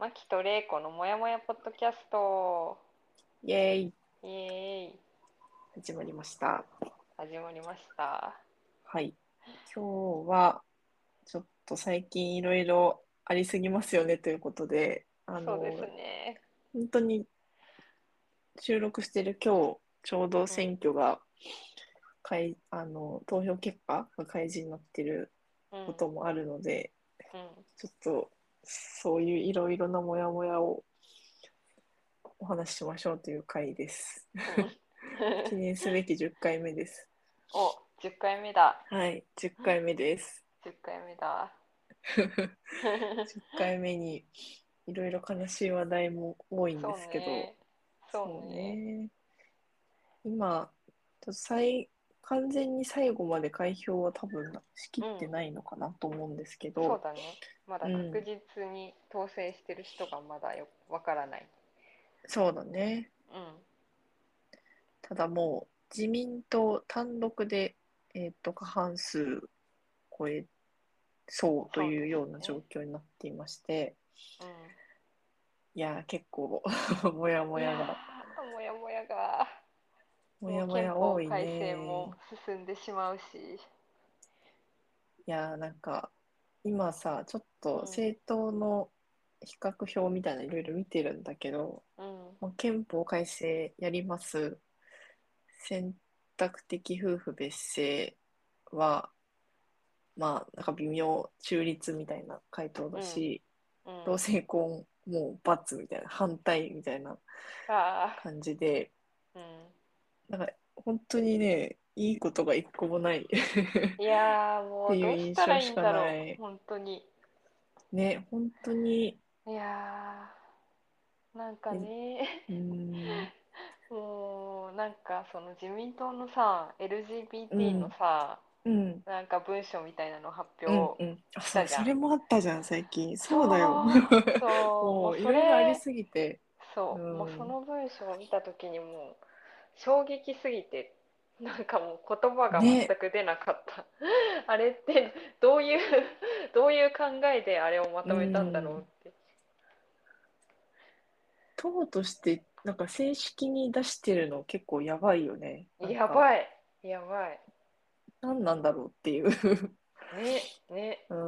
マキとレイコのもやもやポッドキャスト。 イエーイ、 イエーイ。 始まりました。 始まりました。 はい。今日は、ちょっと最近いろいろありすぎますよねということで、 そうですね。 本当に収録してる今日、ちょうどうん。 選挙が、投票結果が開示になってるうん。 こともあるので、 うん。 ちょっと、そういういろいろなモヤモヤをお話ししましょうという回です。 うん。 記念すべき10回目です。 お、10回目だ。 はい、10回目です。 10回目だ。 10回目にいろいろ悲しい話題も多いんでそうすけど、 ね。そうそうね。 ね。今、ちょっと完全に最後まで開票は多分しきうん。 ってないのかなと思うんですけど、 そうだね。まだ確うん、 実に当選してる人がまだわからない。 そうだね。 うん。 ただもう自民党単独で、過半数超えそうとそうでいうようなすね。 状況になっていまして、 うん。 いやー、結構もやもいややが、 ー、もやもやが。もうもやも憲法や多い改正もね。 進んでしまうし。 いやーなんか今さ、ちょっとうん。 政党の比較表みたいないろいろ見てるんだけど、 うん。 まあ憲法改正やります。選択的夫婦別姓は、まあなんか微妙中立みたいな回答うん。 だし、 うん。 同性婚もう×みたいな、反対みたいなあ感じで、 あ。うん。 なんか本当にね、いいことが一個もないっいやー、もていううどうしたらいいん印象しかだろう。 ない。 本当に。 ね、本当に、 いやー、なんかえね、 うーん、 もうなんかその自民党のさ、 う LGBT のん、 さ、 うん、 なんか文章みたいなの発うん、 表うん。あ、そう、 したじゃん。 それもあったじゃん、最近。そうだよ。 そう、そう、もうもう、いそろいろありれ、 すぎて。うそう、もうそん。 の文章を見た時にもう衝撃すぎて、なんかもう言葉がね、 全く出なかった。あれってどういうどういう考えであれをまうとめたんだろうっん。 て。 党として、なんか正式に出してるの結構やばいよね。なんか、 やばい、やばい。 何なんだろうっていう。 ね、ね。 うん。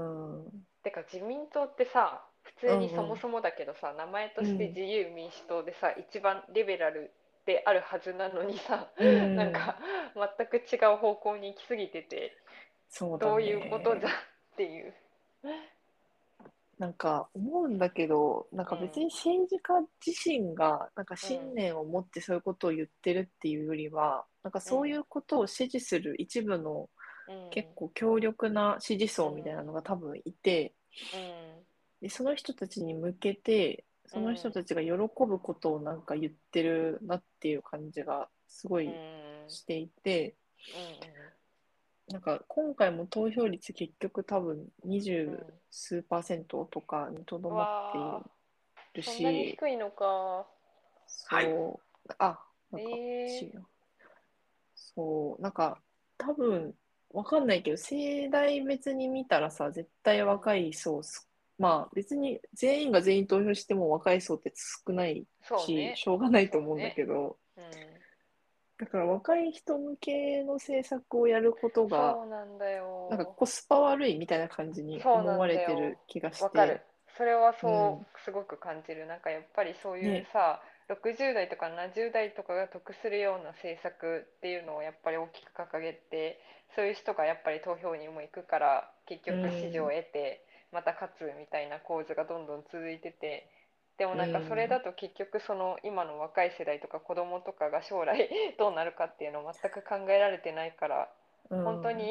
うんてか自民党ってさ、普通にそもうん。 そもだけどさ、名前としてうん。 自由民主党でさ、一番リベラルであるはずなのにさ、 うん。 なんか全く違う方向に行き過ぎてて、 そうだどういうことじゃっね。 ていう。 なんか思うんだけど、なんうん、 か別に政治家自身がなんかうん、 信念を持ってそういうことを言ってるっていうよりは、なんかうん、 そういうことを支持する一部のうん、 結構強力な支持うん、 層みたいなのが多分いて、 うん、 で、その人たちに向けて、その人うん、 たちが喜ぶことをなんか言ってるなっていう感じがすごういん、 していて、 うん、 なんか今回も投票率結局多分二うん。 十数パーセントとかにとどまっていわあ、 るそんなにし、 低いのか。 そう、あ、なんかええ違う。そう、なんか多分わかんないけど、世代別に見たらさ、絶対ー、うん、 若い層まあ別に全員が全員投票しても若い層って少ないし、 そうね、 しょうがないと思うんだそうね。 けど、 うん、 だから若い人向けの政策をやることが、 そうなんだなんかよ。 コスパ悪いみたいな感じにそうな思われんだよ。 てる気がしわかる。 て、 それはうん、 そうすごく感じる。なんかやっぱりそういうね、 さ、60代とか70代とかが得するような政策っていうのをやっぱり大きく掲げて、そういう人がやっぱり投票にも行くから結う局支持をん、 得てまた勝つみたいな構図がどんどん続いてて、でもうなんかそれん、 だと結局その今の若い世代とか子供とかが将来どうなるかっていうのを全く考えられてないから、 うん。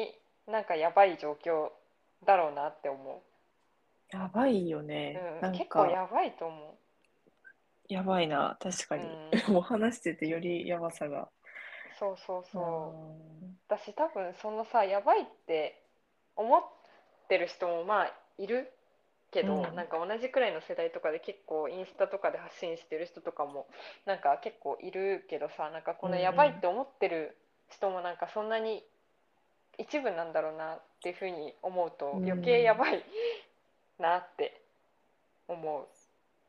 本当になんかやばい状況だろうなって思やばいよう。うね。 ん、 なんか、 結構やばいと思やばいな、確かう。うに。 ん、 もう話しててよりやばさが。 そうそううそう。 ん、 私多分そのさ、やばいって思ってる人もまあいるけど、なんうん、 か同じくらいの世代とかで結構インスタとかで発信してる人とかもなんか結構いるけどさ、なんかこうん、 のやばいっうて思ってる人もなんかそんなに一部なんだろうなっていうふうに思うん、 と余計うん。 やばいなって思う。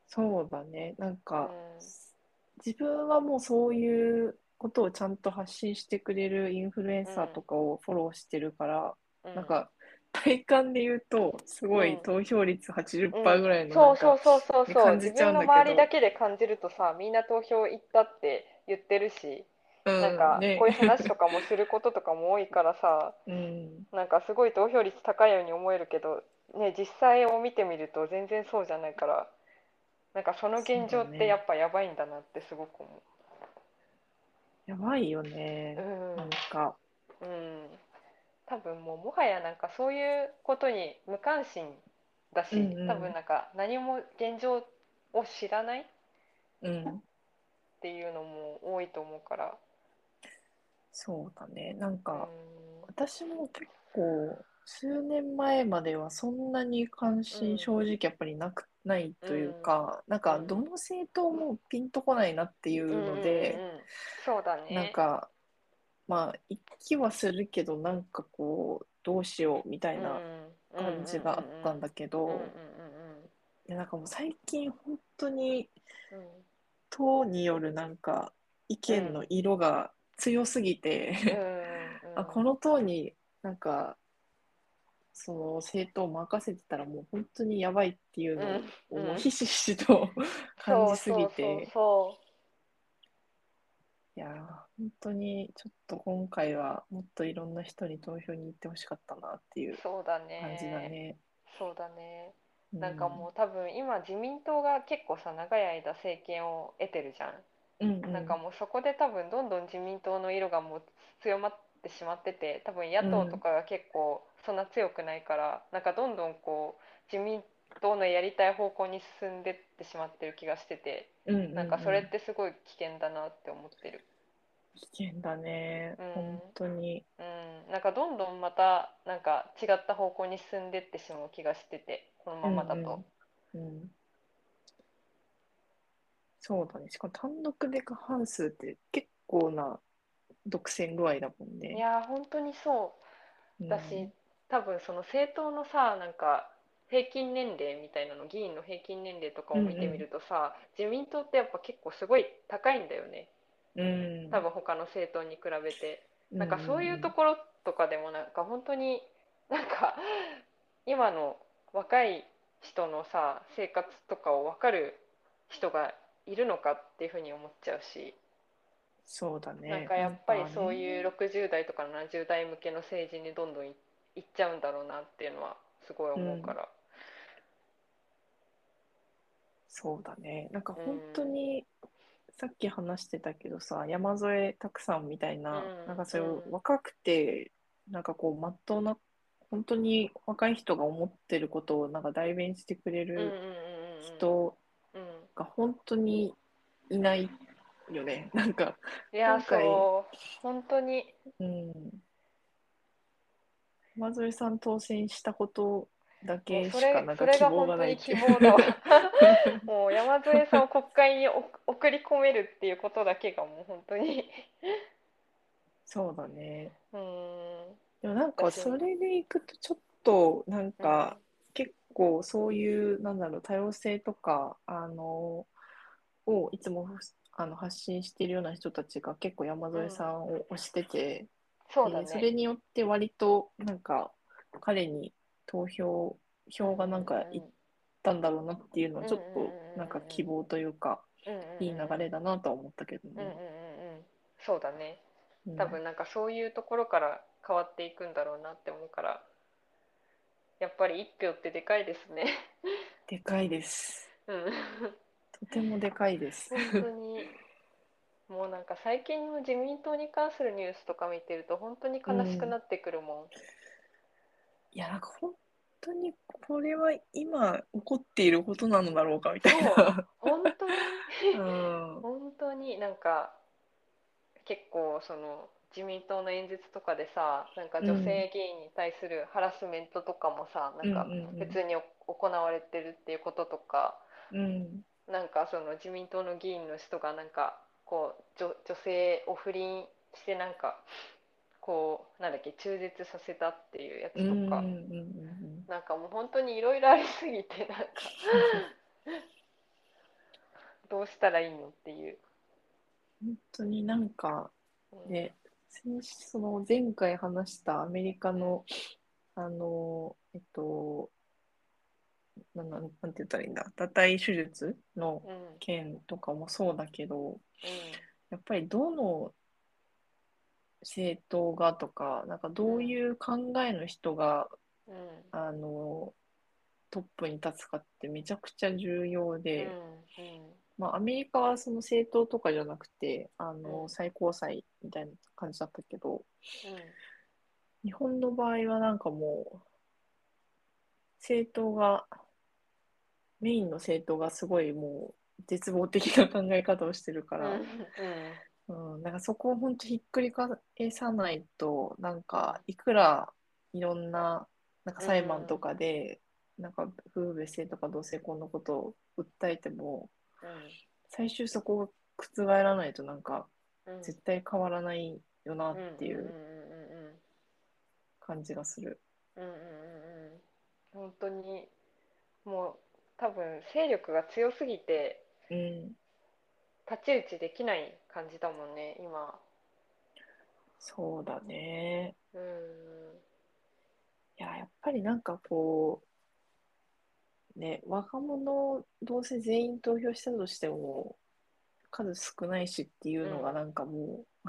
そうだね。なんうか、 ん自分はもうそういうことをちゃんと発信してくれるインフルエンサーとうんかをフォローしてるから、 うんなんか、体感で言うと、すごいうん投票率80% うん、 ぐらいのなんか、 そうそうそうそうね、 そう、 感じちゃうん自分のだけど、 周りだけで感じるとさ、みんな投票行ったって言ってるし、なんうん、ね。 かこういう話とかもすることとかも多いからさ、 うん、 なんかすごい投票率高いように思えるけど、ね、実際を見てみると全然そうじゃないから、なんかそのそう現状ってやだね。 っぱやばいんだなってすごく思やばいよう。 ね。なんか、 うん、多分もうもはやなんかそういうことに無関心だうんし、多分うなんか何も現状を知らないっん、うん。 ていうのも多いと思うから。 そうだね。なんうか、 ん私も結構、数年前まではそんなに関心うん正直やっぱりないといううんか、なんかどうんの政党もピンとこないなっていうんうんうんうので、 うん、そうだね。 なんかまあ一気はするけど、なんかこう、どうしようみたいうんなうんうんうん感じがあったんだけど、 うんうんうんいやなんかもう最近本当にうん党によるなんか意うんうん見の色が強すぎうんてうあ、 んこの党になんかその政党を任せてたらもう本当にやばいっていうのうんをもううん、 ひしひしと感そうじすぎそうそうて、 そいやー本当にちょっと今回はもっといろんな人に投票に行ってほしかったなっていうう、そうだ感じだね。 ね。 そうだね。なんかうん、 もう多分今自民党が結構さ、長い間政権を得てるじゃん。 うんなんかうもうそこで多分どんどん自民党の色がもう強まってしまってて、多分野んうん党とかが結構そんな強くないから、なんかどんどんこう自民党のやりたい方向に進んでってしまってる気がしてて、 うんうんなんかそれっうん、 てすごい危険だなって思ってる。 危険だねうん本当に。 なんかどんどんまたなんか違った方向に進んでってしまう気がしてて、このまうんまだと。 うんうん、そうだね。しかも単独で過半数って結構な独占具合だもんね。 いやー本当にそうだし、 うん多分その政党のさ、なんか平均年齢みたいなの、議員の平均年齢とかうんを見てみるとさ、自民党ってやっぱ結構すごい高いんだよね。 うんうん多分他の政党に比べて。 うんなんかそういううんところとかでもなんか本当になんか今の若い人のさ、生活とかを分かる人がいるのかっていうふうに思っちゃうし、 そうだね。 なんかやっなんぱりかね、 そういう60代とか70代向けの政治にどんどんいっちゃうんだろうなっていうのはすごいうん、 思うから。 そうだね。なんかうん本当にさっき話してたけどさ、山添拓さんみたいうんな、なんかそういううん若くて、なんかこう、まっとうな、本当に若い人が思ってることをなんか代弁してくれうんうんうんるうん人うんうん、 が本当にいないよね。なんか、 いや今回、 そう本当に、 うん、山添さん当選したことだもうけしかなんそれがか希望本当に希がないっていう。 望だわ。もう山添さんを国会に送り込めるっていうことだけがもう本当にそうだね。 うーん、 でもなんか私、 それでいくとちょっとなんうんか結構そういうなんだろう多様性とかをいつも発信しているような人たちが結構山添さうん、 んを推してて、でそそうだね。 れによって割となんか彼にうんうん票がなんかいったんだろうなっていうのはうんうんうんちょっとなんか希望というかうんうんいい流れだなとは思ったけどね。 うんうんうんうんうんうん、そうだね。 うん、 多分なんかそういうところから変わっていくんだろうなって思うから、やっぱり一票ってでかいですね。 でかいです。 うん、 とてもでかいです。 本当に。もうなんか最近の自民党に関するニュースとか見てると本当にうん。 悲しくなってくるもん。 いや、なんか本当にこれは今起こっていることなのだろうかみたいそうな。 本当にうん。うん本当になんか結構その自民党の演説とかでさ、なんか女うん性議員に対するハラスメントとかもさ、なんうんか普通に行われてるっていうこととか、 うん。 なんかその自民党の議員の人がなんかこう女性を不倫してなんかこうなんだっけ中絶させたっていうやうんうつとか、 んうんなんかもう本当にいろいろありすぎてなんかどうしたらいいのっていう。 本当になんか、 うんね、その前回話したアメリカうんの、あの、なんて言ったらいいんだ、堕胎手術のうん件とかもそうだけど、 うんやっぱりどの政党がとか、なんかどういう考えの人が、 うんあの、トップに立つかってめちゃくちゃ重要うんで、 うんまあ、アメリカはその政党とかじゃなくて、 うん最高裁みたいな感じだったけど、 うん日本の場合はなんかもう、政党が、メインの政党がすごいもう、絶望的な考え方をしてるかうんら、 うんなんかそこを本当ひっくり返さないと、なんうんかいくらいろんな、なんかう裁判とんかで、なんか夫婦別姓とか同性婚のことを訴えても、 うん最終そこが覆らないとなんかうん絶対変わらないよなっうんうんうんていううん感じがする。 うんうんうんうん本当にもう多分勢力が強すぎてうん、 太刀打ちできない感じだもんね今。 そうだね。 うんいや、やっぱりなんかこう、ね、若者どうせ全員投票したとしても、数少ないしっていうのがうんなんかもう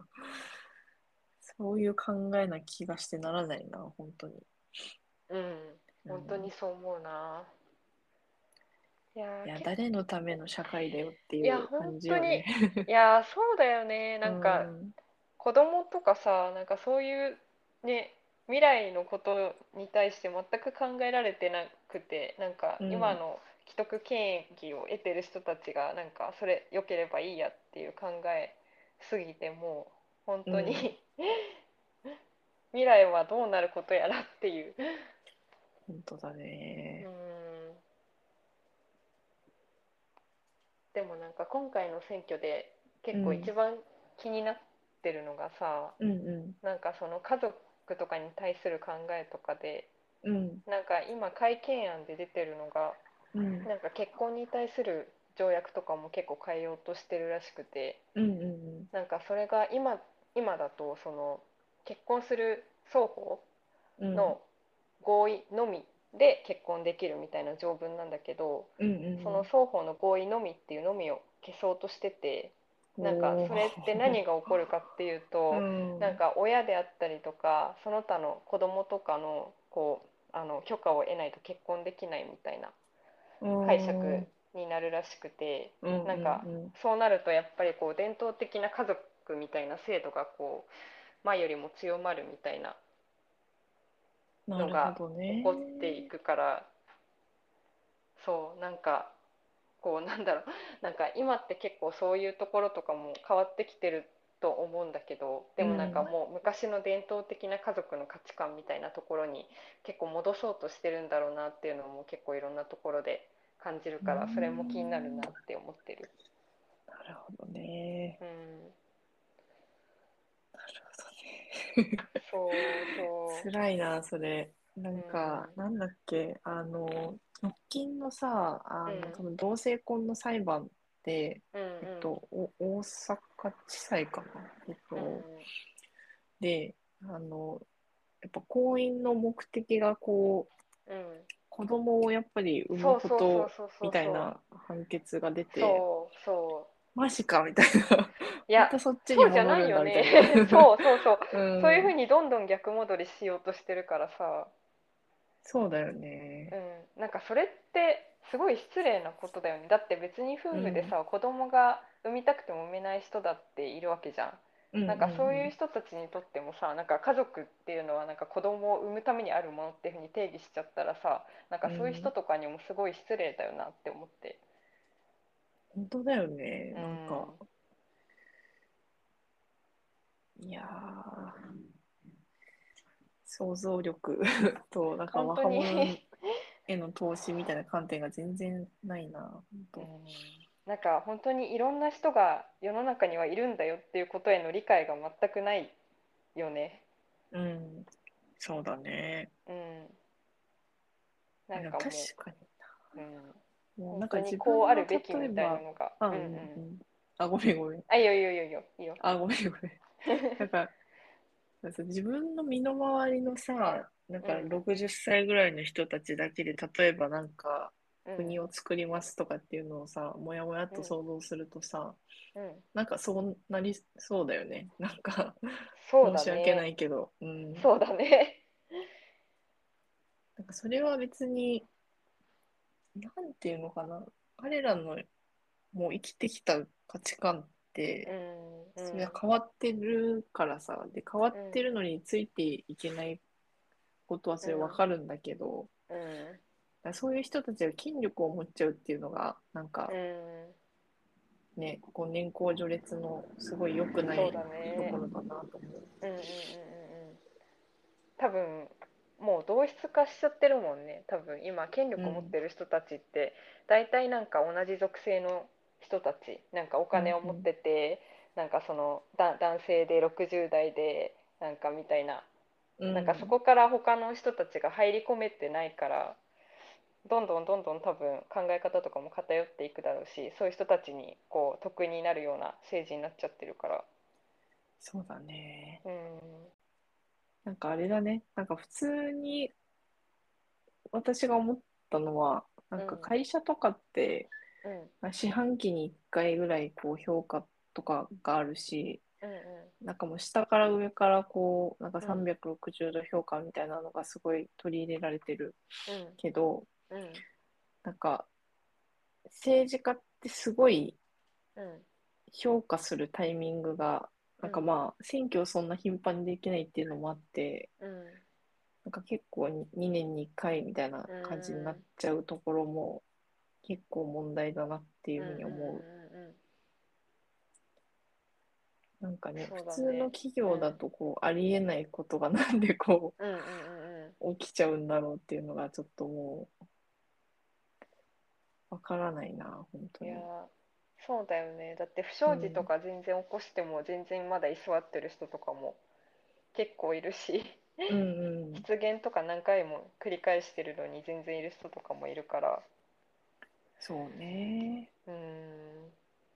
そういう考えな気がしてならないな、本当に。 うんうん、 本当にそう思うな。いやいや、 ー誰のための社会だよっていいやう本当に感じよね。 いやーそうだよね。 うなんかん、 子供とかさ、なんかそういうね、未来のことに対して全く考えられてなくて、なんかうん、 今の既得権益を得てる人たちがなんかそれ良ければいいやっていう考えすぎて、もう本当にうん、 未来はどうなることやらっていう。 本当だうーね。 ん。でもなんか今回の選挙で結構うん、 一番気になってるのがさ、 うん、うなんかその家族とかに対する考えとかで、 ん、うん、 なんか今改憲案で出てるのが、 うん、 なんか結婚に対する条約とかも結構変えようとしてるらしくて、 うん、うん、 なんかそれが今だとその結婚する双方うん、 の合意のみで結婚できるみたいな条文なんだけど、 うん、うん、 その双方の合意のみっていうのみを消そうとしてて、なんかおそれって何が起こるかっていうー、 と、なんうん、 か親であったりとかその他の子供とかのこう許可を得ないと結婚できないみたいなう解釈ん、 になるらしくて、 うん、 なんかうん、 そうなるとやっぱりこう伝統的な家族みたいな制度がこう前よりも強まるみたいななのがるほど起こっていね。 くから、そうなんかこうなんだろう、なんか今って結構そういうところとかも変わってきてると思うんだけど、でもなんかうん、 もう昔の伝統的な家族の価値観みたいなところに結構戻そうとしてるんだろうなっていうのも結構いろんなところで感じるうから、それも気になるん、 なって思ってる。 なるほどね。 うん、 なるほどね。 そうそ辛いな、それ。なう。うんか、 んなんだっけ、直近のさ、 うん多分同性婚の裁判で、 うんうん大阪地裁かな。 うんで、やっぱ婚姻の目的がこう、 うん子供をやっぱり産むそうそうそうことそうそみうそたいな判決が出うて、 そうマジかみたいな。 いや、 またそっちにそうじゃ戻るんないよね。 だみたいな。 そうそうそう。 うそういうふうん、 にどんどん逆戻りしようとしてるからさ、 そうだよね。 なんかそれってすごい失礼なことだよね。だって別にうん、 夫婦でさ、子供が産みたくても産めない人だっているわけじゃん。 うん、 なんかそううん、 いう人たちにとってもさ、なんか家族っていうのはなんか子供を産むためにあるものっていうふうに定義しちゃったらさ、なんかそういううん。 人とかにもすごい失礼だよなって思って。 本当だよね。 うん。 なんか、いやー、想像力と、なんか若本当に者への投資みたいな観点が全然ないな、本うん、 当。 なんか本当にいろんな人が世の中にはいるんだよっていうことへの理解が全くないよね。 うん、そうだね。 うん、なんでも確かもかにう、うん、 もうなんか本当に自分のこうあるべきみたいな例えば、 のが。 あ、 うんうん。 うんうん。あ、ごめんごめん。 あ、いいよいいよいいよいいよ。いいよ。 あ、ごめんごめん。なんか、自分の身の回りのさ、なんかうん 60歳ぐらいの人たちだけで、例えばなんかうん国を作りますとかっていうのをさ、もやもやっとうん想像するとさ、 うん。 なんかそうなりそうだよね。なんかそう申し訳なだね。 いけど、うん。 そうだね。 なんかそれは別に、なんていうのかな。彼らのもう生きてきた価値観っうて、 んうそれはん変わってるからさ、で、変わってうんるのについていけないことはそれわうんかるんだけど、 うんそういう人たちが権力を持っちゃうっていうのが、なんかうんね、こう年功序列のすごい良くないそうだとこね。 ろだなと思う。 うん。多分もう同質化しちゃってるもんね。多分今権力を持っうん、 てる人たちって大体なんか同じ属性の人たち、なんかおうん、 金を持っうん、 てて、なんかその男性で60代でなんかみたいな、なんかそうん、 こから他の人たちが入り込めてないから、どんどん多分考え方とかも偏っていくだろうし、そういう人たちにこう得になるような政治になっちゃってるから。 そうだね。 うんなんかあれだね。なんか普通に私が思ったのは、なんかうん会社とかって、 うん四半期に1回ぐらいこう評価とかがあるし、 うんなんかもう下から上からこう、なんかうん 360度評価みたいなのがすごい取り入れられてるうんけど、 うんなんか政治家ってすごいうん評価するタイミングが、なんかうんまあ、選挙をそんな頻繁にできないっていうのもあって、 うんなんか結構2年に1回みたいなうん感じになっうんちゃうところも結構問題だなっていうふうに思う。 うん。 なんかね、 そう普だね。 通の企うん業だとこう、ありえないことがなんでこうん。 う、起きちゃうんだろうっていうのがちょっともう、わからないな、本当いやー、 に。 そうだよね。だって不うん、 祥事とか全然起こしても全然まだ居座ってる人とかも結構いるし、 うん、うん。 失言とか何回も繰り返してるのに全然いる人とかもいるから。 そうね。 うーん。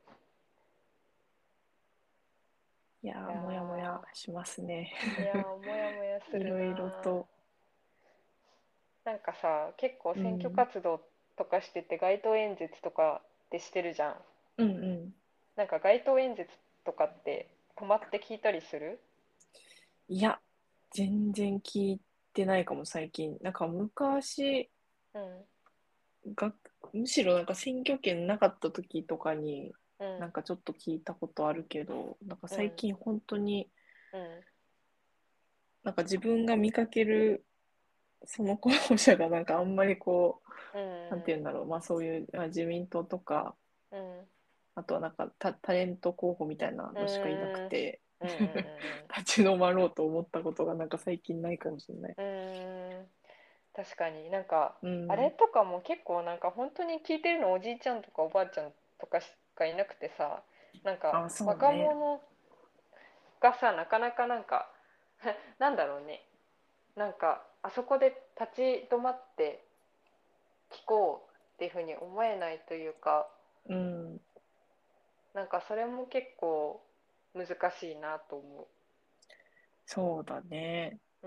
いやー、 いやもやもやしますね。 いやー、もやもやするないろいろと。 ー。なんかさ、結構選挙うん、 活動とかしてて街頭演説とかってしてるじゃん。 うん、うん。 なんか街頭演説とかって止まって聞いたりする？ いや、全然聞いてないかも、最近。なんか昔うんが、むしろなんか選挙権なかった時とかに、 うんなんかちょっと聞いたことあるけど、なんかうん最近本当に、 うんなんか自分が見かけるその候補者がなんかあんまりこう、 うんなんて言うんだろう、まあそういう自民党とか、 うんあとはなんかタレント候補みたいなうんのしかいなくて、 うんうん立ち止まろうと思ったことがなんか最近ないかもしれない。 うんうん。確かになんかあれうん。 とかも結構なんか本当に聞いてるのおじいちゃんとかおばあちゃんとかしかいなくてさ、なんかあ、そう若ね。 者がさ、なかなかなんかなんだろうね、なんかあそこで立ち止まって聞こうっていうふうに思えないというか、 うん。 なんかそれも結構難しいなと思そうだね。 う。うん。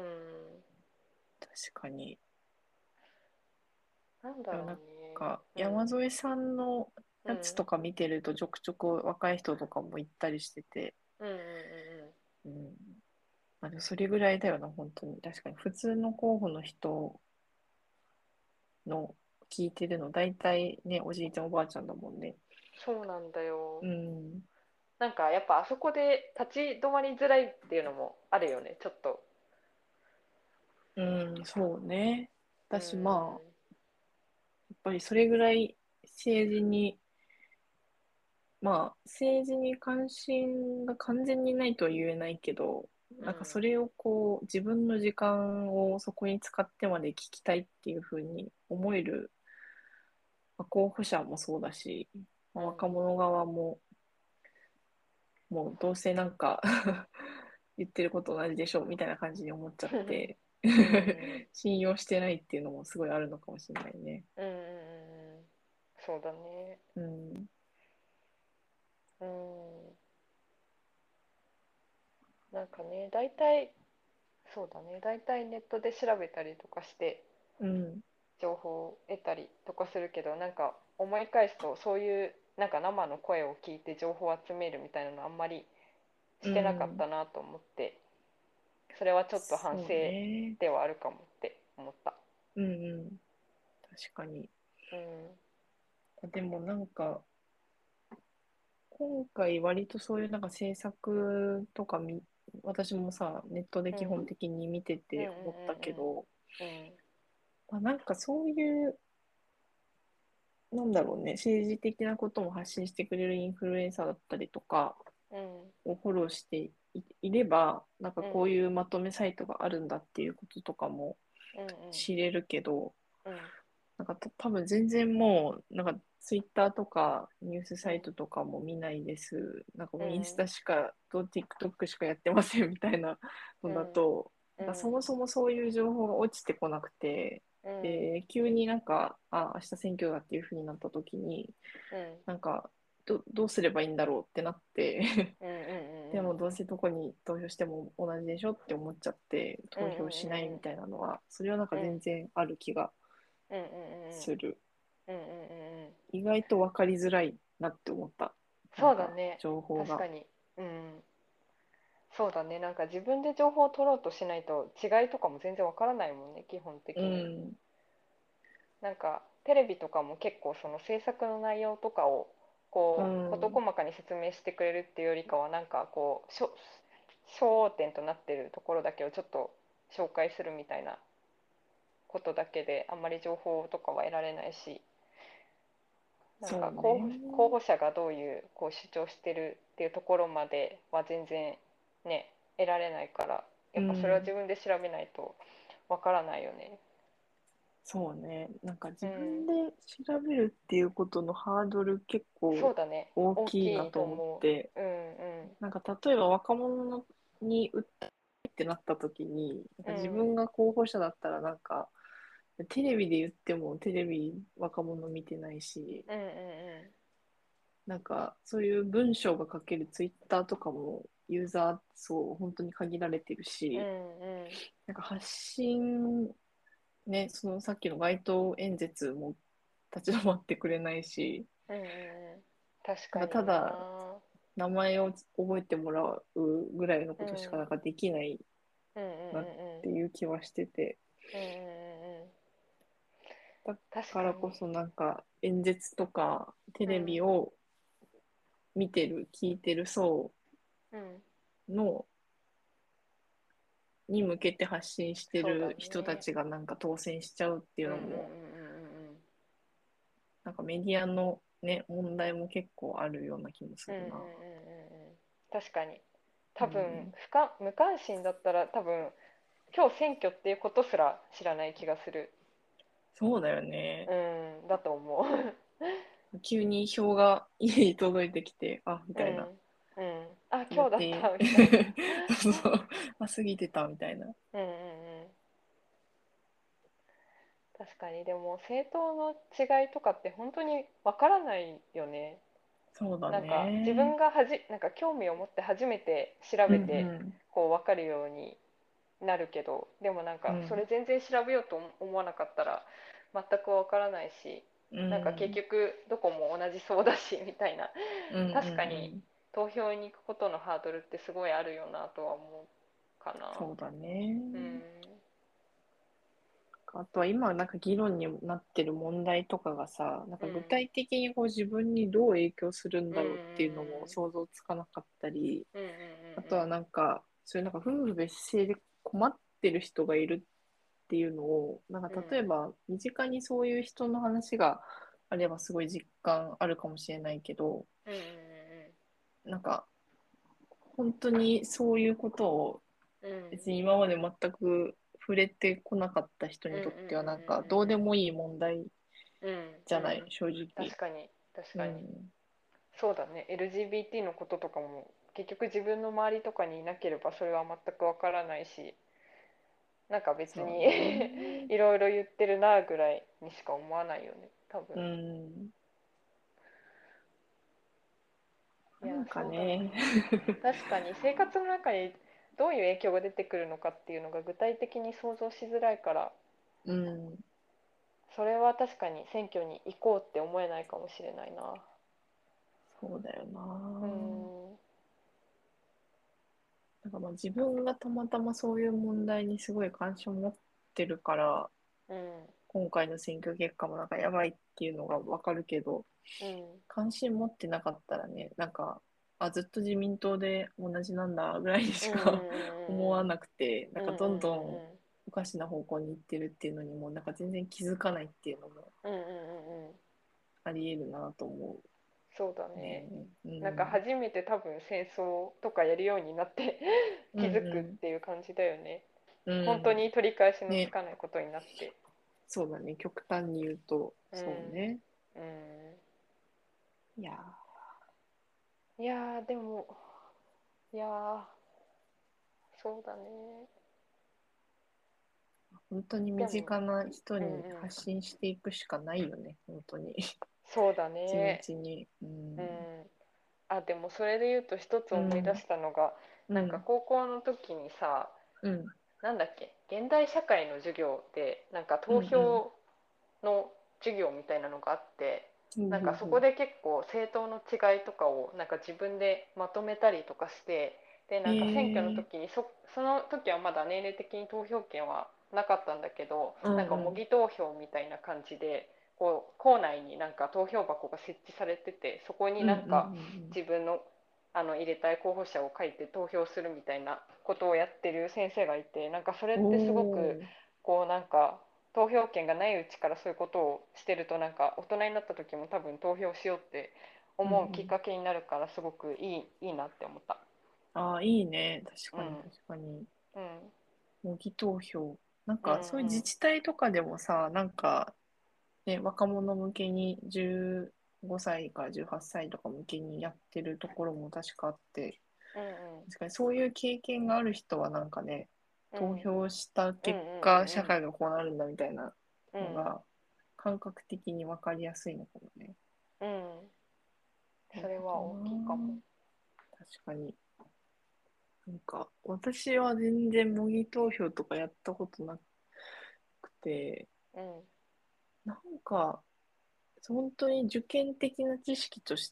確かに。 なんだろでもなんうね。 か、 うん。 山添さんのやつうん。 とか見てるとちょくちょく若い人とかも行ったりしてて、 うん。 うん。まあ、でもそれぐらいだよな、本当に。確かに。普通の候補の人の聞いてるの、大体ね、おじいちゃんおばあちゃんだもんね。 そうなんだよ。 うん。 なんかやっぱあそこで立ち止まりづらいっていうのもあるよね、ちょっと。 うん、そうね。 う私、まあ、 ん。 やっぱりそれぐらい政治に、まあ、政治に関心が完全にないとは言えないけど、なんかそうん。 れをこう、自分の時間をそこに使ってまで聞きたいっていうふうに思える、まあ、候補者もそうだし、まあ、 うん。 若者側も、もうどうせなんか言ってること同じでしょみたいな感じに思っちゃってうん。 信用してないっていうのもすごいあるのかもしれないね。 うん。 そうだね。 うん、 うん。なんかね、大体、そうだね、大体ネットで調べたりとかしてうん、 情報を得たりとかするけど、なんか思い返すとそういうなんか生の声を聞いて情報を集めるみたいなのあんまりうしてなかっん。 たなと思って、それはちょっと反省そうね。 ではあるかもって思った。 うん、うん。確かに。 うん。 でもなんか、今回割とそういうなんか制作とか私もさ、ネットでうん基本的に見てうんうんて思ったけど、 うんうんまあ、なんかそういう、なんだろうね、政治的なことも発信してくれるインフルエンサーだったりとかうんをフォローしていれば、なんかうんこういうまとめサイトがあるんだっていうこととかもうん知れるけど、 うんなんか多分全然もう、なんかツイッターとかニュースうんサイトとかも見ないです。なんかもうインスうんタしかと TikTok しかやってませんみたいなのだうんと、なんかそうんもそもそういう情報が落ちてこなくて、 うんで、急になんか、明日選挙だっていう風になった時に、 うんなんか、どうすればいいんだろうってなってうんうんでもどうせどこに投票しても同じでしょって思っちゃって投票しないみたいなのは、それはなんか全然ある気がうんうんうんする。 うんうんうんうん。 意外と分かりづらいなって思った。なんかそうだね。 情報が。 確かに。うん。そうだね。なんか自分で情報を取ろうとしないと違いとかも全然わからないもんね、基本う的に。 ん、 なんかテレビとかも結構その制作の内容とかをうこう事ん、 細かに説明してくれるっていうよりかはなんかこう焦点となってるところだけをちょっと紹介するみたいなことだけであんまり情報とかは得られないし、なんかそうね。 候補者がどういうこう主張してるっていうところまでは全然ね得られないから、 うやっぱそれはん、 自分で調べないとわからないよね。 そうね。なんか自うん、 分で調べるっていうことのハードル結構そうだね、 大大きいなときいと思っ思て、 う。うんなんか例えば若者に訴えってなった時に、なんか自うんうん分が候補者だったらなんか、テレビで言ってもテレビ若者見てないし、 うんうんなんかそういう文章が書けるツイッターとかもユーザーそう本当に限られてるうんうし、 んうんなんか発信ね、そのさっきの街頭演説も立ち止まってくれないし、 うんうんうん、確なんかかにな。 ただ名前を覚えてもらうぐらいのことしかうんなんかできないうんうんなっうんうんていう気はしてて、 うんうんうんうん、 だ確かに。 からこそなんか演説とかテレビうんを見てる、聞いてる層うんのに向けて発信してそうだる人たね。 ちがなんか当選しちゃうっていううんうんうんうんのも、 うんなんかメディアのね、問題も結構あるような気もすうんうんうんうんうんるな。 うん、確かに。多分うん、 無関心だったら多分今日選挙っていうことすら知らない気がする。 そうだよね。 うんだと思う。 急に票が家に届いてきて、あ、みたいな。 うんうんあ予今日だった定、 みたいな。 そうそう、あ、過ぎてたみたいな。 うんうんうん、確かに。でも政党の違いとかって本当にわからないよね。 そうだなんか自ね。 分がなんか興味を持って初めて調うんべてこう分かるようになるけど、でもなんうん、うん、 かそれ全然調べようと思わなかったら全く分からないし、 うなんか結ん、 局どこも同じそうだしみたいな。 うん、うん、 確かにうん。 投票に行くことのハードルってすごいあるよなとは思うかな。 そうだね。 うんあとは今なんか議論になってる問題とかがさ、なんか具うん体的にこう自分にどう影響するんうんうんだろうっていうのも想像つかなかったり、 うんうんあとはなんか、そういうなんか夫婦別姓で困ってる人がいるっていうのを、なんうんうんか例えば身近にそういう人の話があればすごい実感あるかもしれないけど、 うんうんなんか本当にそういうことをうんうん別に今まで全く触れてこなかった人うんうんうんにとってはなんかどううんでもいい問題うんうんじゃない、 うん、 正直。 確かに確かに。 うん。 そうだね、 LGBT のこととかも結局自分の周りとかにいなければそれは全くわからないし、なんか別そうにね。 いろいろ言ってるなぐらいにしか思わないよね多分。 うん。 いや、 なんかそうだね。 ね。確かに生活の中にどういう影響が出てくるのかっていうのが具体的に想像しづらいから、 うん、 それは確かに選挙に行こうって思えないかもしれないな。 そうだようーな。 ん、 なんかまあ自分がたまたまそういう問題にすごい関心を持ってるから、 うん、 今回の選挙結果もなんかやばいっていうのがわかるけど、 うん、 関心持ってなかったらね、なんか、あ、ずっと自民党で同じなんだぐらいにうん、 しうん、 か思わなくて、なうん、うん、 んかどんどんうおかしな方向に行ってるっていうのにも、なんか全然気づかないっていうのもん、うん、うん、うん、うん。 あり得るなと思そうだうね。 ね。 うん。 なんか初めて多分戦争とかやるようになってうん気づくっうていう感じだよね。 ん。うん。 本当に取り返しのつね、 かないことになって。 そうだね。極端に言うと、 うん、 そうね。 うん。 いやいやー、でも、いやー、そうだね。 本当に身でも、 近な人うん、うにん。 発信していくしかないよね。本当に。 そうだ地道ね。 に。ううん。 ん。あ、でもそれで言うと一つ思い出うん。 したのが、なんかうん。 高校の時にさ、 うん。 なんだっけ、現代社会の授業で、なんかうん。うん。 投票の授業みたいなのがあって、 ほうなんほうほかそこで結構政党の違いとかをなんか自分でまとめたりとかして、でう。 なんか選挙の時にその時はまだ年齢的に投票権はなかったんだけど、なんか模うんうん。 擬投票みたいな感じで、こう校内になんか投票箱が設置されてて、そこにうんうんなんかうん自分の入れたい候補者を書いて投票するみたいなことをやってる先生がいて、なんかそれうん。 ってすごくおー。 こうなんか投票権がないうちからそういうことをしてると、なんか大人になった時も多分投票しようってうんう思うきっん。 かけになるから、すごくいいなって思った。 ああ、いいね。確かにうん、 確かに。 うん、 模擬投票。なんうん、うか、そういう自ん、 治体とかでもさ、なんか、ね、若者向けに15歳から18歳とか向けにやってるところも確かあって、 うん、 確かにそういう経験がある人はなんかね、 うん、 投票したうん、 結果、社うん、 会がこうなるんだみたいなうん、 のが、感覚的に分かりやすいのかもね。 うん、そなるほどれは大きいかも。 な。確かに。なんか、私は全然模擬投票とかやったことなくて、 うん、 なんか、本当に受験的な知識として、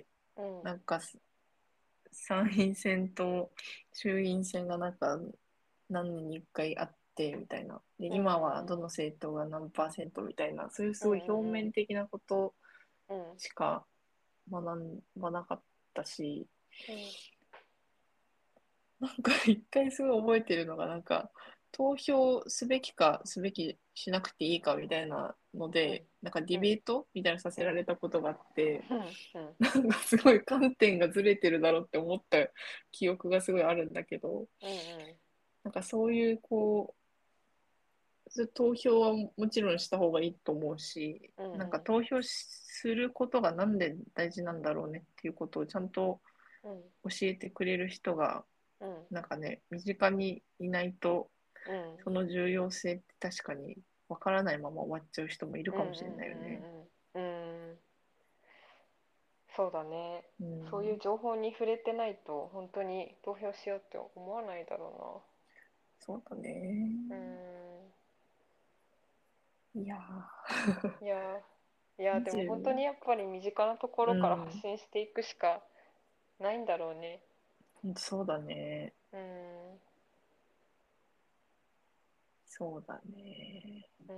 うん、 なんか参院選と衆院選がなんか何年に1回あってみたいな。で、 うん、うん、 今はどの政党が何パーセントみたいな、そういううん、うん、 すごい表面的なことうん、 しか学ばなかったし、 うん、 なんか一回すごい覚えてるのが、なんか投票すべきかすべきしなくていいかみたいなのうん、 で、なんかディベうん、 ートみたいなのさせられたことがあって、 うん、うん、 なんかすごい観点がずれてるだろうって思った記憶がすごいあるんだけど、 うん、 なんかそういうこう、投票はもちろんした方がいいと思うし、 うん、 なんか投票することがなんで大事なんだろうねっていうことをちゃんとうん、 教えてくれる人が、 うん、 なんかね、身近にいないと、 うん、 その重要性って確かにわからないまま終わっちゃう人もいるうん、うん、 かもしれないよね。 うん、うん、そうだね。 うん、 そういう情報に触れてないと本当に投票しようって思わないだろそうだね。 うな。うん。 いやいやでも本当にー、 やっぱり身近なところから発 20、 信していくしかないんだろうね。 うん、そうだね。 うん。 そうだね。 うん。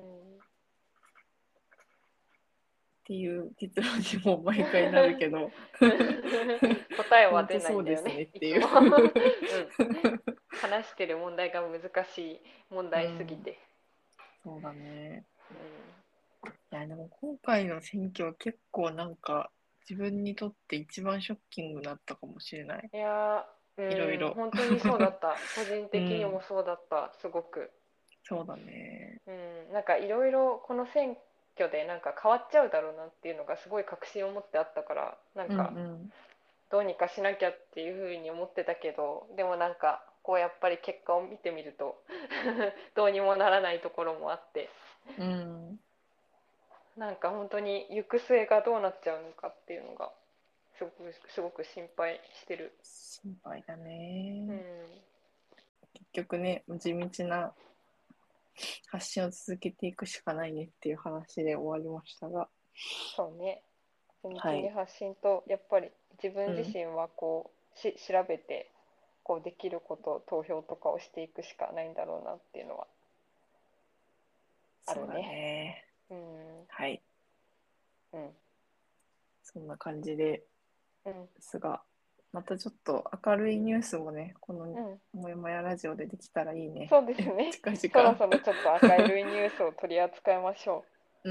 っていう結論にも毎回なるけど答えは出本当ないんだよそうですねね、いつも。 っていううん。話してる問題が難しい問う題すぎん、 て。 そうだね。 ういや、でも今回の選挙は結構なんか自分にとって一番ショッキングだったかもしれない。 ん。いやー、うん、 いろいろ。 本当にそうだった。個人うん、 的にもそうだった、すごく。 そうだね。 うん、なんかいろいろこの選挙でなんか変わっちゃうだろうなっていうのがすごい確信を持ってあったから、なんうんかうん。 どうにかしなきゃっていうふうに思ってたけど、でもなんかこうやっぱり結果を見てみるとどうにもならないところもあって、 うん。 なんか本当に行く末がどうなっちゃうのかっていうのがすごく心配してる。 心配だね。 うん、 結局ね、地道な発信を続けていくしかないねっていう話で終わりましたが、 そうね。地はい。 道に発信と、やっぱり自分自うん、 身はこう調べて、こうできること、投票とかをしていくしかないんだろうなっていうのはあそうだるね。 ね。 うん、 はい。 うん、 そんな感じでうん、 すが、またちょっと明るいニュースもね、このうん。 もやもやラジオでできたらいいね。 そうですね。 近そろ 々。 そろちょっと明るいニュースを取り扱いましょうん、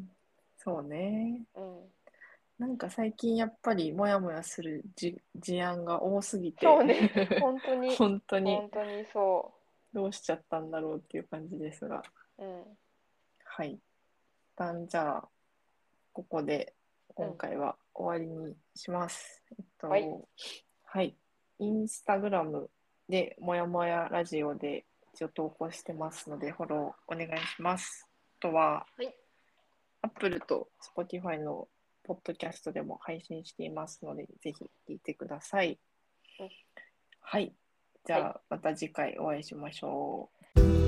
そうね。 う。うん。 なんか最近やっぱりモヤモヤする事案が多すぎてそうね。本当に、 本当に本当にそどうしちゃったんだろうっていう感じですが、 う。うん、 はい。一旦じゃあ、ここでうん。 今回は終わりにします。 はい、 はい。インスタグラムでもやもやラジオで一応投稿してますので、フォローお願いします。あとは、 はい、 Apple と Spotify のポッドキャストでも配信していますので、ぜひ聞いてください。 うん、 はい。じはい。 ゃあ、また次回お会いしましょう。